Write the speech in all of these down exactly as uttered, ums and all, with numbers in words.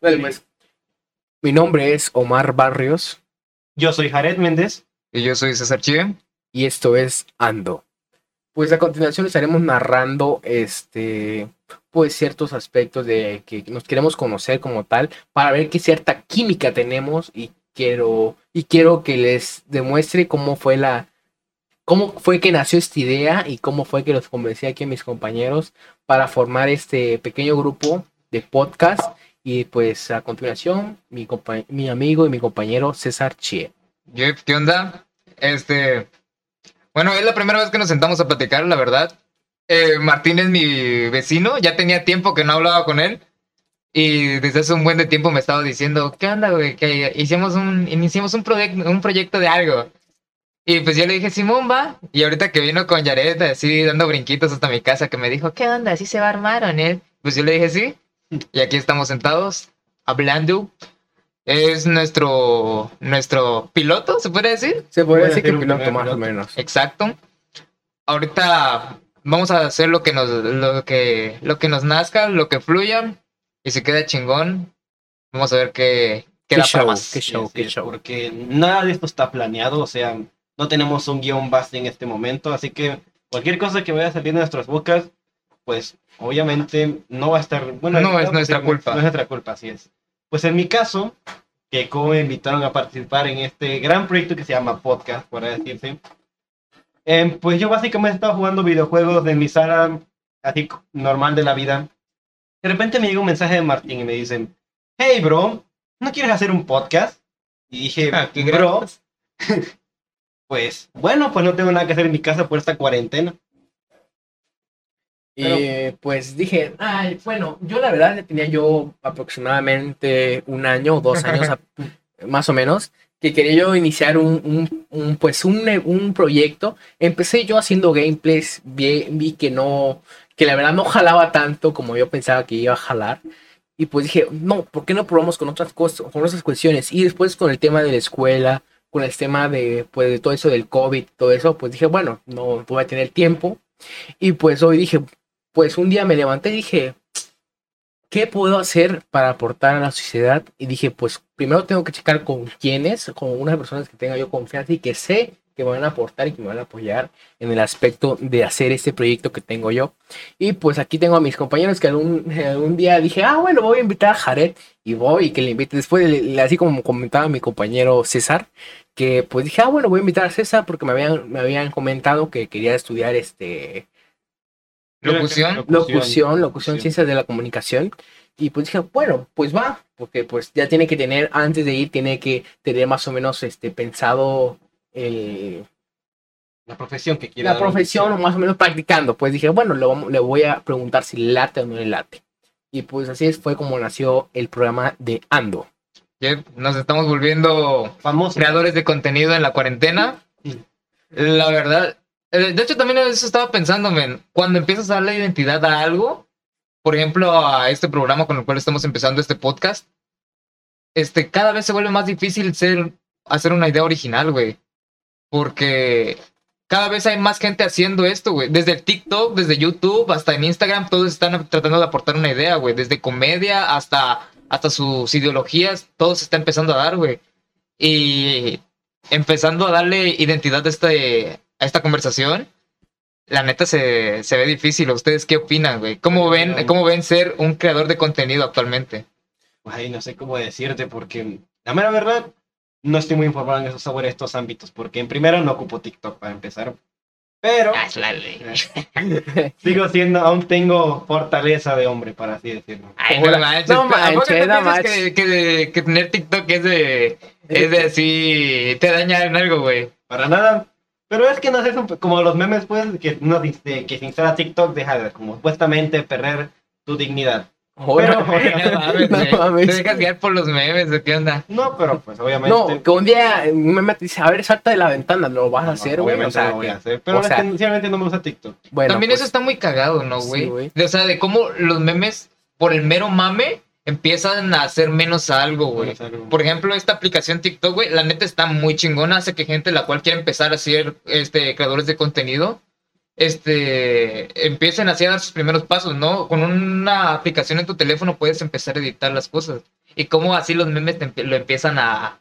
Dale, pues. Mi nombre es Omar Barrios. Yo soy Jared Méndez. Y yo soy César Chie. Y esto es Ando. Pues a continuación estaremos narrando este, pues ciertos aspectos de que nos queremos conocer como tal, para ver qué cierta química tenemos y quiero, y quiero que les demuestre cómo fue la, cómo fue que nació esta idea y cómo fue que los convencí aquí a mis compañeros para formar este pequeño grupo de podcast. Y pues a continuación, mi, compa- mi amigo y mi compañero César Chie. Jeff, ¿qué onda? Este... Bueno, es la primera vez que nos sentamos a platicar, la verdad. Eh, Martín es mi vecino, ya tenía tiempo que no hablaba con él. Y desde hace un buen de tiempo me estaba diciendo, ¿qué onda, güey? Que hicimos un, iniciamos un, proyecto, un proyecto de algo. Y pues yo le dije, Simón, va. Y ahorita que vino con Yaret, así dando brinquitos hasta mi casa, que me dijo, ¿qué onda? ¿Así se va a armar o no? Pues yo le dije, sí. Y aquí estamos sentados, hablando. Es nuestro nuestro piloto, ¿se puede decir? Se podría Puede decir que ser un piloto primer más o piloto. menos. Exacto. Ahorita vamos a hacer lo que nos lo que lo que nos nazca, lo que fluya, y si queda chingón, vamos a ver qué Qué queda para show, más. qué show, Así qué es, show. Porque nada de esto está planeado, o sea, no tenemos un guión base en este momento, así que cualquier cosa que vaya a salir de nuestras bocas, pues obviamente no va a estar... Bueno, No es nuestra sí, culpa. No es nuestra culpa, así es. Pues en mi caso, que como me invitaron a participar en este gran proyecto que se llama Podcast, por decirse, eh, pues yo básicamente estaba jugando videojuegos en mi sala, así normal de la vida. De repente me llega un mensaje de Martín y me dicen, hey bro, ¿no quieres hacer un podcast? Y dije, Ah, qué bro, gracias. pues bueno, pues no tengo nada que hacer en mi casa por esta cuarentena. Y pues dije, ay, bueno, yo la verdad ya tenía yo aproximadamente un año o dos años a- más o menos, que quería yo iniciar un, un, un, pues un, un proyecto. Empecé yo haciendo gameplays, vi, vi que no, que la verdad no jalaba tanto como yo pensaba que iba a jalar. Y pues dije, no, ¿por qué no probamos con otras cosas, con otras cuestiones? Y después con el tema de la escuela, con el tema de, pues, de todo eso del COVID, todo eso, pues dije, bueno, no voy a tener tiempo. Y pues hoy dije, pues un día me levanté y dije, ¿qué puedo hacer para aportar a la sociedad? Y dije, pues primero tengo que checar con quiénes, con unas personas que tenga yo confianza y que sé que me van a aportar y que me van a apoyar en el aspecto de hacer este proyecto que tengo yo. Y pues aquí tengo a mis compañeros que algún, algún día dije, ah, bueno, voy a invitar a Jared y voy y que le invite. Después, le- así como comentaba mi compañero César, que pues dije, ah, bueno, voy a invitar a César porque me habían, me habían comentado que quería estudiar este Locución. locución, locución, ciencias de la comunicación. Y pues dije, bueno, pues va, porque pues ya tiene que tener, antes de ir, tiene que tener más o menos este pensado el, La profesión que quiera. la profesión o más o menos practicando. Pues dije, bueno, le, vamos- le voy a preguntar si le late o no le late. Y pues así es, fue como nació el programa de Ando. Jeff, nos estamos volviendo Famoso. creadores de contenido en la cuarentena. Sí. La verdad, eh, de hecho también eso estaba pensando, men, cuando empiezas a darle identidad a algo, por ejemplo a este programa con el cual estamos empezando este podcast, este, cada vez se vuelve más difícil ser, hacer una idea original, güey, porque cada vez hay más gente haciendo esto, güey, desde el TikTok, desde YouTube, hasta en Instagram, todos están tratando de aportar una idea, güey, desde comedia hasta, hasta sus ideologías, todo se está empezando a dar, güey, y empezando a darle identidad a, este, a esta conversación, la neta se, se ve difícil. ¿Ustedes qué opinan, güey? ¿Cómo ven, ¿Cómo ven ser un creador de contenido actualmente? Ay, no sé cómo decirte, porque la mera verdad, no estoy muy informado en eso sobre estos ámbitos, porque en primero no ocupo TikTok para empezar, pero sigo siendo, aún tengo fortaleza de hombre, para así decirlo. Ay, Hola. no manches. No ¿A poco manches, no no piensas manches. que, que, que tener TikTok es de, es de así, te daña en algo, güey? Para nada. Pero es que no sé, son como los memes, pues, que uno dice que se instala TikTok deja de, como supuestamente perder tu dignidad. Ahora, Pero- No mames, no güey. mames. Te dejas guiar por los memes, ¿o qué onda? No, pero pues obviamente... No, que un día un meme te dice, a ver, salta de la ventana, lo vas a no, hacer, güey. obviamente O sea, lo voy que- a hacer. Pero o es sea, que sinceramente no me gusta TikTok. bueno, También pues, eso está muy cagado, ¿no, sí, güey? güey. De- o sea, de cómo los memes, por el mero mame, empiezan a hacer menos algo, güey. Menos algo. Por ejemplo, esta aplicación TikTok, güey, la neta está muy chingona, hace que gente la cual quiere empezar a ser este, creadores de contenido, este, empiecen así a dar sus primeros pasos, ¿no? Con una aplicación en tu teléfono puedes empezar a editar las cosas. y cómo así los memes te, lo empiezan a,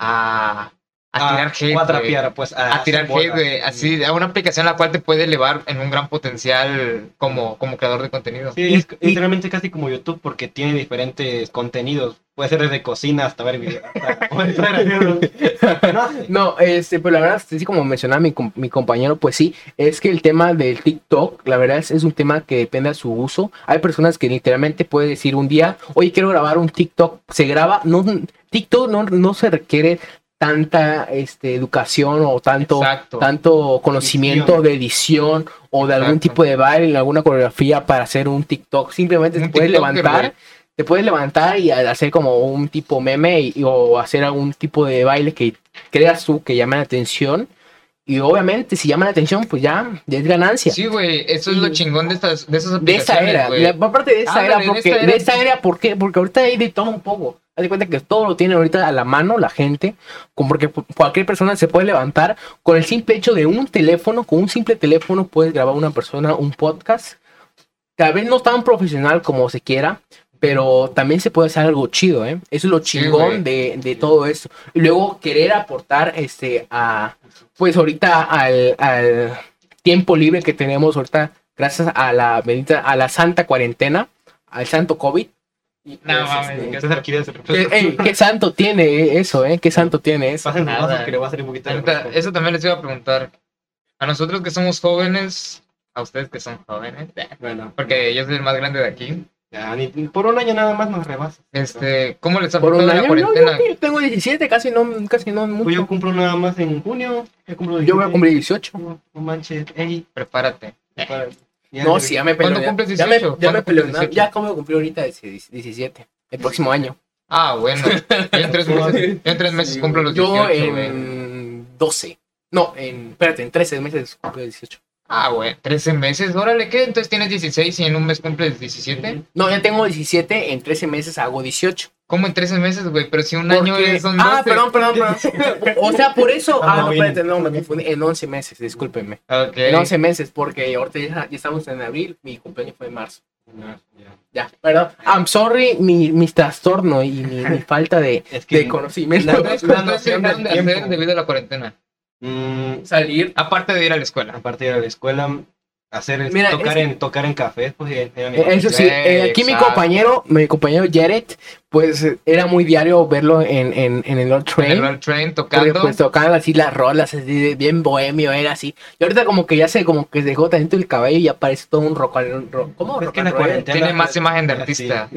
a, a tirar hate, o a güey. trapear, pues. A tirar hacer bola. hate, güey, así, a una aplicación la cual te puede elevar en un gran potencial como, como creador de contenido. Sí, es literalmente casi como YouTube porque tiene diferentes contenidos. Puede ser desde cocina hasta ver videos. Hasta comentar videos. No sé. No, este, pero la verdad, sí, como mencionaba mi, com- mi compañero, pues sí, es que el tema del TikTok, la verdad es, es un tema que depende de su uso. Hay personas que literalmente puede decir un día, oye, quiero grabar un TikTok, se graba, no, TikTok no, no se requiere tanta este, educación o tanto, Exacto. tanto conocimiento Edición. de edición o de algún Exacto. tipo de baile, alguna coreografía para hacer un TikTok. Simplemente Un te puedes TikToker, levantar. güey. Te puedes levantar y hacer como un tipo meme y, o hacer algún tipo de baile que creas tú que llame la atención. Y obviamente, si llama la atención, pues ya, ya es ganancia. Sí, güey, eso es Y- lo chingón de estas de esas de esa aplicaciones, era. güey. Y aparte de esa Ándale, era, de porque, esta era. de esa era, ¿por qué? Porque ahorita hay de todo un poco. Haz de cuenta que todo lo tiene ahorita a la mano la gente. Como porque cualquier persona se puede levantar con el simple hecho de un teléfono. Con un simple teléfono puedes grabar una persona un podcast. Tal vez no tan profesional como se quiera, pero también se puede hacer algo chido, ¿eh? Eso es lo Sí, chingón güey. de, de todo esto. Y luego querer aportar este a, pues ahorita al, al tiempo libre que tenemos ahorita, gracias a la bendita, a la santa cuarentena, al santo COVID. Y No pues, mames, este, ¿qué César quiere hacer ¿qué, ey, ¿qué santo tiene eso, eh? ¿Qué santo tiene eso? Pasen los Nada. vasos que le va a salir un poquito de Ahorita, refresco. eso también les iba a preguntar. A nosotros que somos jóvenes, a ustedes que son jóvenes, Bueno, porque yo soy el más grande de aquí. ya, ni, por un año nada más nos rebasas. Este, ¿cómo les ha Por un afectado la año, yo, cuarentena? yo- yo tengo diecisiete, casi no, casi no mucho. Pues yo cumplo nada más en junio. Yo, cumplo Yo voy a cumplir dieciocho. No, no manches, ey. Prepárate. para- ya No, de- sí, ya me peleo. ¿Cuándo Ya, cumples ya me, dieciocho? ya me ¿Cuándo peleo. cumples ¿no? dieciocho? Ya acabo de cumplir ahorita diecisiete. El próximo año. Ah, bueno. Yo en tres meses, yo en tres meses Sí, cumplo los Yo dieciocho, güey. en doce. No, en, espérate, en trece meses cumplo dieciocho. Ah, güey. trece meses, órale, ¿qué? Entonces tienes dieciséis y en un mes cumples diecisiete. No, ya tengo diecisiete, en trece meses hago dieciocho. ¿Cómo en trece meses, güey? Pero si un año Porque- es son Ah, doce. perdón, perdón, perdón. O sea, por eso. Ah, no, bien. espérate, no, me confundí. En once meses, discúlpenme. Ok. En once meses, porque ahorita ya, ya estamos en abril, mi cumpleaños fue en marzo. Ya, ya. Ya, perdón. I'm sorry, mi, mi trastorno y mi, mi falta de, Es que de conocimiento. la- Entonces, la ¿qué noción dejaron de del hacer tiempo. debido a la cuarentena? Mm, Salir. Aparte de ir a la escuela. aparte de ir a la escuela, hacer el- Mira, tocar es- en tocar en cafés, pues era mi Eh, Eso sí, eh, aquí mi Exacto. compañero, mi compañero Jared, pues eh, era muy diario verlo en, en, en el Old En Train. el Roll Train Porque tocando. pues tocaban así las rolas, así de bien bohemio, era así. Y ahorita como que ya se como que dejó tanto el cabello y ya parece todo un rock and roll. ¿Cómo? Es Rock que and la roll. cuarentena- Tiene más imagen de Sí. artista.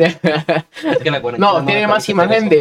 Es que la cuarentena No, tiene me más parece imagen hacer de...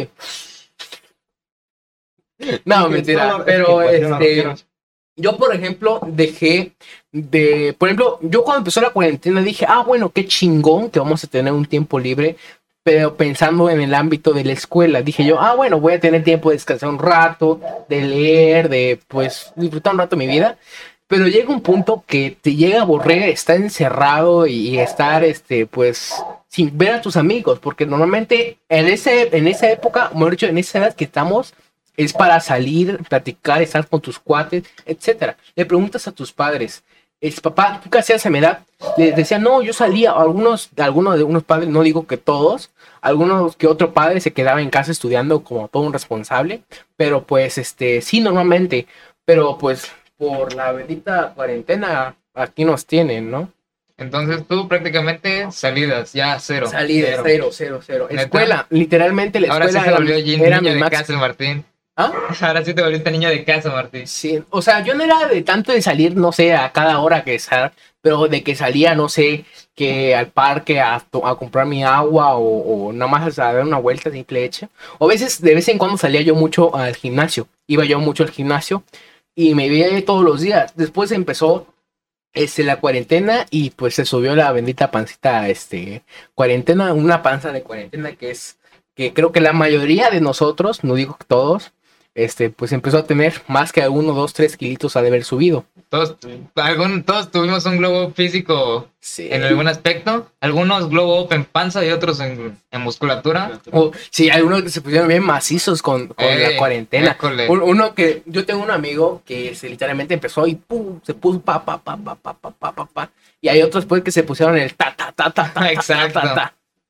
No, eso. mentira. Es que Pero pues, yo no este... quiero. Yo, por ejemplo, dejé de... Por ejemplo, yo cuando empezó la cuarentena dije, ah, bueno, qué chingón que vamos a tener un tiempo libre. Pero pensando en el ámbito de la escuela, dije yo, ah, bueno, voy a tener tiempo de descansar un rato, de leer, de, pues, disfrutar un rato de mi vida. Pero llega un punto que te llega a aburrir estar encerrado y estar, este, pues, sin ver a tus amigos. Porque normalmente en, ese, en esa época, mejor dicho, en esa edad que estamos, es para salir, platicar, estar con tus cuates, etcétera. Le preguntas a tus padres, es papá, ¿tú qué hacías a mi edad? Les decía, no, yo salía. Algunos, algunos de unos padres, no digo que todos, algunos que otro padre se quedaba en casa estudiando como todo un responsable, pero pues, este, sí, normalmente, pero pues por la bendita cuarentena aquí nos tienen, ¿no? Entonces tú prácticamente salidas, ya cero. Salida, Cero. cero, cero, cero. ¿Neta? Escuela, literalmente la Ahora sí escuela se era, volvió allí era niño mi de max- casa, el Martín. ¿Ah? Ahora sí te volviste niño de casa, Martín. Sí, o sea, yo no era de tanto de salir, no sé, a cada hora que estar, pero de que salía, no sé, que al parque a, to- a comprar mi agua o, o nada más a dar una vuelta simple hecha. O a veces, de vez en cuando salía yo mucho al gimnasio, iba yo mucho al gimnasio y me veía ahí todos los días. Después empezó este, la cuarentena y pues se subió la bendita pancita, este, cuarentena, una panza de cuarentena que es, que creo que la mayoría de nosotros, no digo que todos, este, pues empezó a tener más que uno, dos, tres kilitos ha de haber subido. Todos, algún, todos tuvimos un globo físico Sí. en algún aspecto. Algunos globo up en panza y otros en, en musculatura. O, sí, hay unos que se pusieron bien macizos con, con Ey, la cuarentena. école. Un- Uno que, yo tengo un amigo que se literalmente empezó y pum, se puso pa, pa, pa, pa, pa, pa, pa, pa, pa. Y hay otros pues que se pusieron el ta, ta, ta, ta, ta, ta, Exacto. ta, ta.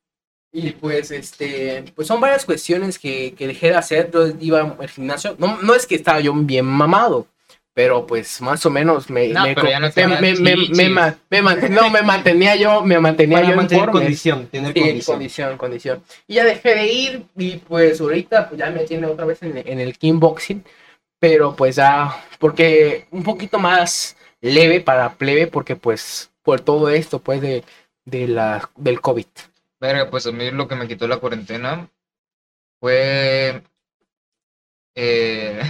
Y pues, este, pues son varias cuestiones que, que dejé de hacer. Yo iba al gimnasio. No, no es que estaba yo bien mamado, pero pues más o menos me, No, me, pero co- ya no me, tenías me, me, me chichis. ma- me man- no, me mantenía yo, me mantenía Para yo en mantener forma. condición, tener Sí, condición. condición, condición. Y ya dejé de ir y pues ahorita pues ya me tiene otra vez en, en el kickboxing, pero pues ya, porque un poquito más leve para plebe, porque pues por todo esto pues de, de la, del COVID. Verga, pues a mí lo que me quitó la cuarentena fue. eh,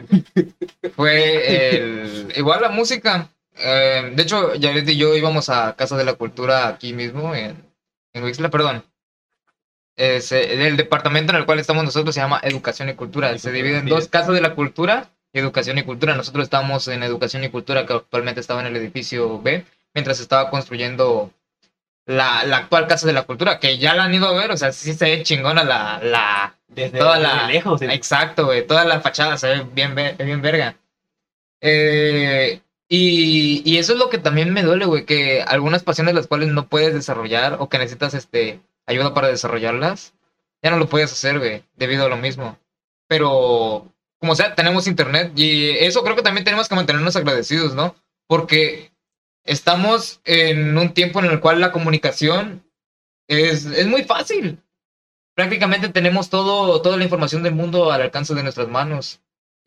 fue el. Igual la música. Eh, de hecho, Yaret y yo íbamos a Casa de la Cultura aquí mismo, en, en Huixla, perdón. Es, eh, el departamento en el cual estamos nosotros se llama Educación y Cultura. Se divide en dos: Casa de la Cultura y Educación y Cultura. Nosotros estamos en Educación y Cultura, que actualmente estaba en el edificio B, mientras se estaba construyendo la, la actual Casa de la Cultura, que ya la han ido a ver. O sea, sí se ve chingona la. la Desde, toda desde la. lejos. desde- Exacto, güey. Toda la fachada se ve bien, ve- bien verga. Eh, y, y eso es lo que también me duele, güey, que algunas pasiones las cuales no puedes desarrollar o que necesitas este, ayuda para desarrollarlas, ya no lo puedes hacer, güey, debido a lo mismo. Pero, como sea, tenemos internet y eso creo que también tenemos que mantenernos agradecidos, ¿no? Porque estamos en un tiempo en el cual la comunicación es, es muy fácil. Prácticamente tenemos todo, toda la información del mundo al alcance de nuestras manos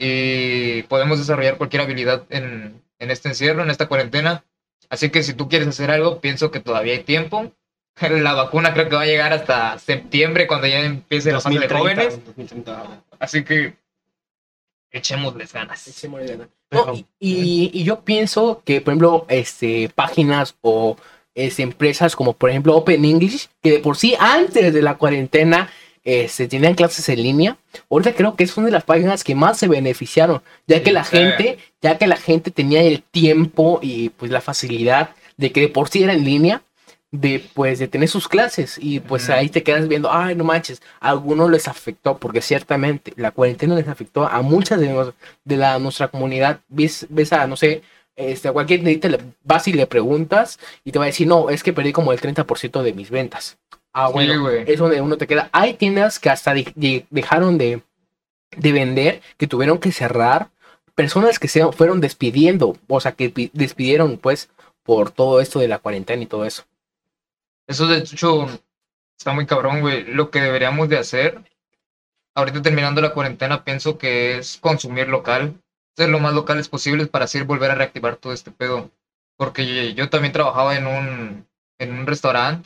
y podemos desarrollar cualquier habilidad en, en este encierro, en esta cuarentena. Así que si tú quieres hacer algo, pienso que todavía hay tiempo. La vacuna creo que va a llegar hasta septiembre cuando ya empiece la fase de jóvenes. dos mil treinta. Así que echémosles ganas. Echémosle ganas. Pero, No, y, y- y yo pienso que, por ejemplo, este, páginas o este, empresas como, por ejemplo, Open English, que de por sí antes de la cuarentena este, tenían clases en línea, ahorita creo que es una de las páginas que más se beneficiaron, ya que Sí, la sí. gente, ya que la gente tenía el tiempo y pues la facilidad de que de por sí era en línea, de pues de tener sus clases y pues Ujú. ahí te quedas viendo, ay, no manches, a algunos les afectó, porque ciertamente la cuarentena les afectó a muchas de, nos- de la, nuestra comunidad. Ves, ves a, no sé, este, a cualquier cliente le vas y le preguntas y te va a decir, no, es que perdí como el treinta por ciento de mis ventas. Ah, Sí, bueno, güey. es donde uno te queda. Hay tiendas que hasta de- de- dejaron de, de vender, que tuvieron que cerrar, personas que se fueron despidiendo, o sea, que pi- despidieron pues por todo esto de la cuarentena y todo eso. Eso de hecho está muy cabrón, güey. Lo que deberíamos de hacer, ahorita terminando la cuarentena, pienso que es consumir local, ser lo más locales posibles para así volver a reactivar todo este pedo. Porque yo también trabajaba en un, en un restaurante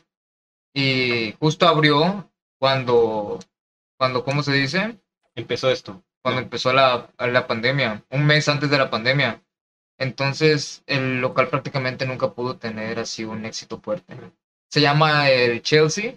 y justo abrió cuando, cuando, ¿cómo se dice? empezó esto. Cuando No. empezó la, la pandemia, un mes antes de la pandemia. Entonces el local prácticamente nunca pudo tener así un éxito fuerte. Se llama el Chelsea.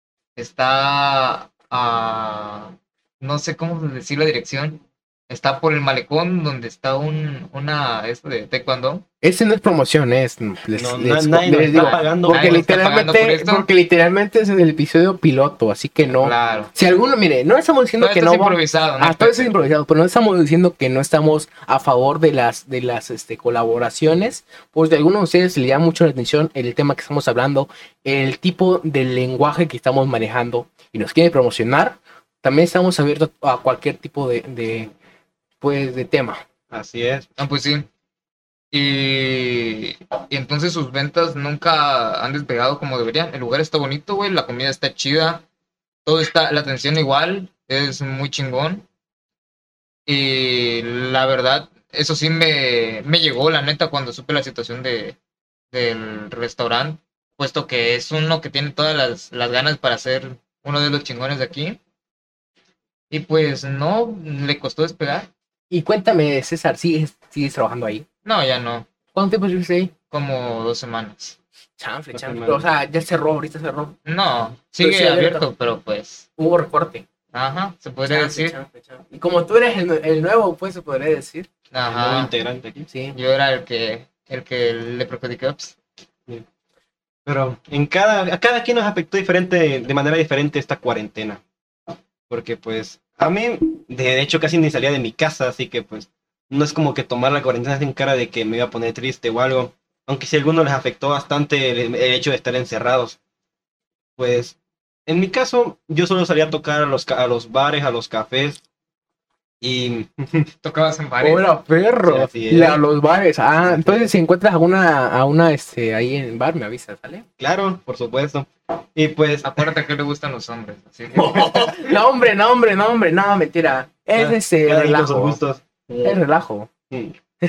Está a... no sé cómo decir la dirección. Está por el malecón donde está un, una... esto de taekwondo. Ese no es promoción, es. Les, No, les- na- nadie nos les está digo, pagando porque Nadie nos está pagando por literalmente, esto. porque literalmente es el episodio piloto, así que no. Claro. Si alguno, mire, no estamos diciendo Todo que esto no es vamos- improvisado, ¿no? Ah, todo eso es improvisado, pero no estamos diciendo que no estamos a favor de las, de las este, colaboraciones, pues de algunos de ustedes le llama mucho la atención el tema que estamos hablando, el tipo de lenguaje que estamos manejando y nos quiere promocionar, también estamos abiertos a cualquier tipo de, de pues, de tema. Así es. Ah, pues sí. Y, y entonces sus ventas nunca han despegado como deberían. El lugar está bonito, güey. La comida está chida. Todo está, la atención igual. Es muy chingón. Y la verdad, eso sí me, me llegó, la neta, cuando supe la situación de, del restaurante. Puesto que es uno que tiene todas las, las ganas para ser uno de los chingones de aquí. Y pues no, le costó despegar. Y cuéntame, César, ¿sigues, sigues trabajando ahí? No, ya no. ¿Cuánto tiempo estuviste ahí? Como dos semanas. Chanfle, Dos chanfle. semanas. O sea, ya cerró, ahorita cerró. No, sigue sí, abierto. abierto, pero pues, Hubo recorte. ajá, se podría Chanfle, decir. chanfle, chanfle. Y como tú eres el, el nuevo, pues se podría decir. El nuevo Ajá, integrante aquí. Sí. yo era el que, el que le perjudicó. Pues. Pero en cada, a cada quien nos afectó diferente, de manera diferente esta cuarentena. Porque pues a mí, de hecho, casi ni salía de mi casa, así que pues no es como que tomar la cuarentena sin cara de que me iba a poner triste o algo. Aunque si a algunos les afectó bastante el, el hecho de estar encerrados. Pues en mi caso, yo solo salía a tocar a los, ca- a los bares, a los cafés. Y Tocabas en bares. Hola, perro. Sí, así es. La- los bares. Ah, Sí. entonces si encuentras alguna, a una, este, ahí en bar, me avisas, ¿sale? claro, por supuesto. Y pues, Acuérdate que le gustan los hombres. Así que... No, hombre, no, hombre, no, hombre, no, mentira. Es este cada quien con sus relajo. gustos. Es relajo. Mm.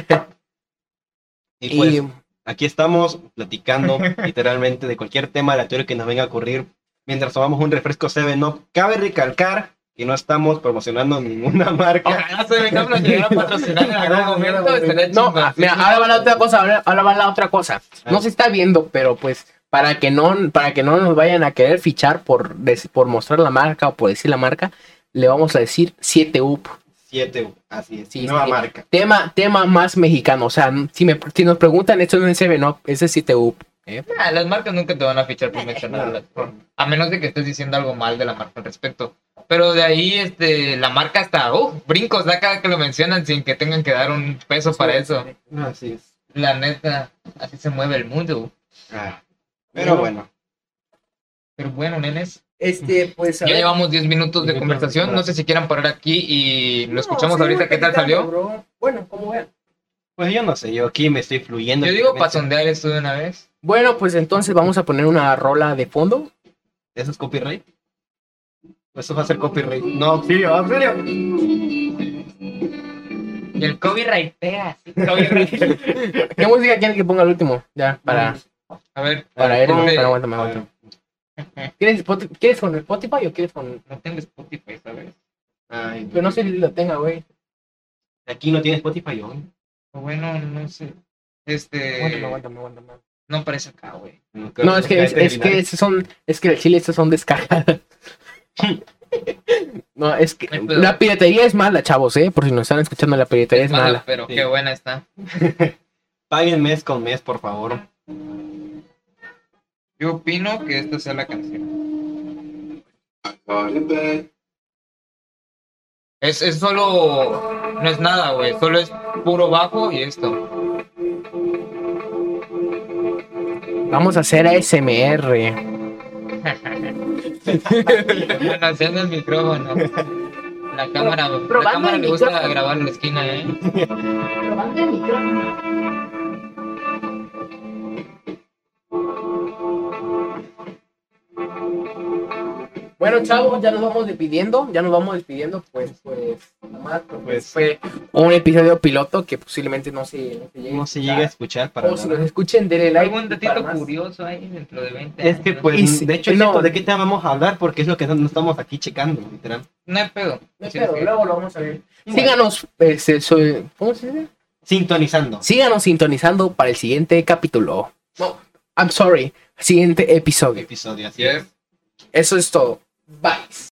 Y pues, Y aquí estamos platicando literalmente de cualquier tema aleatorio que nos venga a ocurrir mientras tomamos un refresco seven up. Cabe recalcar que no estamos promocionando ninguna marca. Ojalá se venga a llegar a patrocinar en algún momento. estaría no, chingón. ah, mira, ahora va la otra cosa, ahora, ahora va la otra cosa. No Ah. se está viendo, pero pues para que no, para que no nos vayan a querer fichar por, des- por mostrar la marca o por decir la marca, le vamos a decir siete U P. siete up, así es. Sí, nueva sí. marca. Tema, tema más mexicano. O sea, si, me, si nos preguntan, esto no es seven up, ese es siete U P. ¿eh? Ah, las marcas nunca te van a fichar por mencionarlas. A menos de que estés diciendo algo mal de la marca al respecto. Pero de ahí, este, la marca hasta, uh, brincos da cada que lo mencionan sin que tengan que dar un peso para eso. Así es. La neta, así se mueve el mundo. Ah, pero bueno. Pero bueno, nenes, Este, pues. ya llevamos diez minutos de Minutos, conversación. No sé si quieran parar aquí y lo escuchamos ahorita qué tal salió. Bueno, como vean. Pues yo no sé, yo aquí me estoy fluyendo. Yo digo para literalmente. sondear esto de una vez. Bueno, pues entonces vamos a poner una rola de fondo. ¿Eso es copyright? Eso va a ser copyright. No, auxilio, auxilio. Y el copyright pega, sí, copyright. ¿Qué música quieren que ponga el último? Ya, para, A ver, para él. ponle- Pero aguántame, aguántame. ¿Quieres, Spoti- ¿Quieres con Spotify o quieres con.? no tengo Spotify, ¿sabes? Ay, Pero no sé si lo tenga, güey. aquí no tiene Spotify hoy. O bueno, no sé. Este. Aguántame, aguántame, aguántame. No aparece acá, güey. No, es que, es, es que esos son. Es que el chile, estos son descargadas. No, es que No hay pedo. la piratería es mala, chavos, ¿eh? Por si nos están escuchando, la piratería es, Es mala, mala. pero Sí. qué buena está. Paguen mes con mes, por favor. Yo opino que esta sea la canción. Es, es solo. No es nada, güey. Solo es puro bajo y esto. Vamos a hacer A S M R. Bueno, haciendo el micrófono. La cámara, la Probando cámara el le gusta micrófono. grabar en la esquina, ¿eh? Bueno, chavos, ya nos vamos despidiendo, ya nos vamos despidiendo, pues, pues, nomás, pues, Pues- fue un episodio piloto que posiblemente no se, no se llegue No se llega a escuchar para O si nada. nos escuchen, denle like. Algún y para datito más. curioso ahí dentro de veinte Es que años. pues, Y si- de hecho, no. no. ¿de qué tema vamos a hablar? Porque es lo que no no estamos aquí checando, literal. No hay pedo. No hay Sí, pedo, sí. luego lo vamos a ver. Síganos, este, soy- ¿cómo se dice? Sintonizando. Síganos sintonizando para el siguiente capítulo. No, I'm sorry, siguiente episodio. Episodio, así Yes. es. Eso es todo. Bye.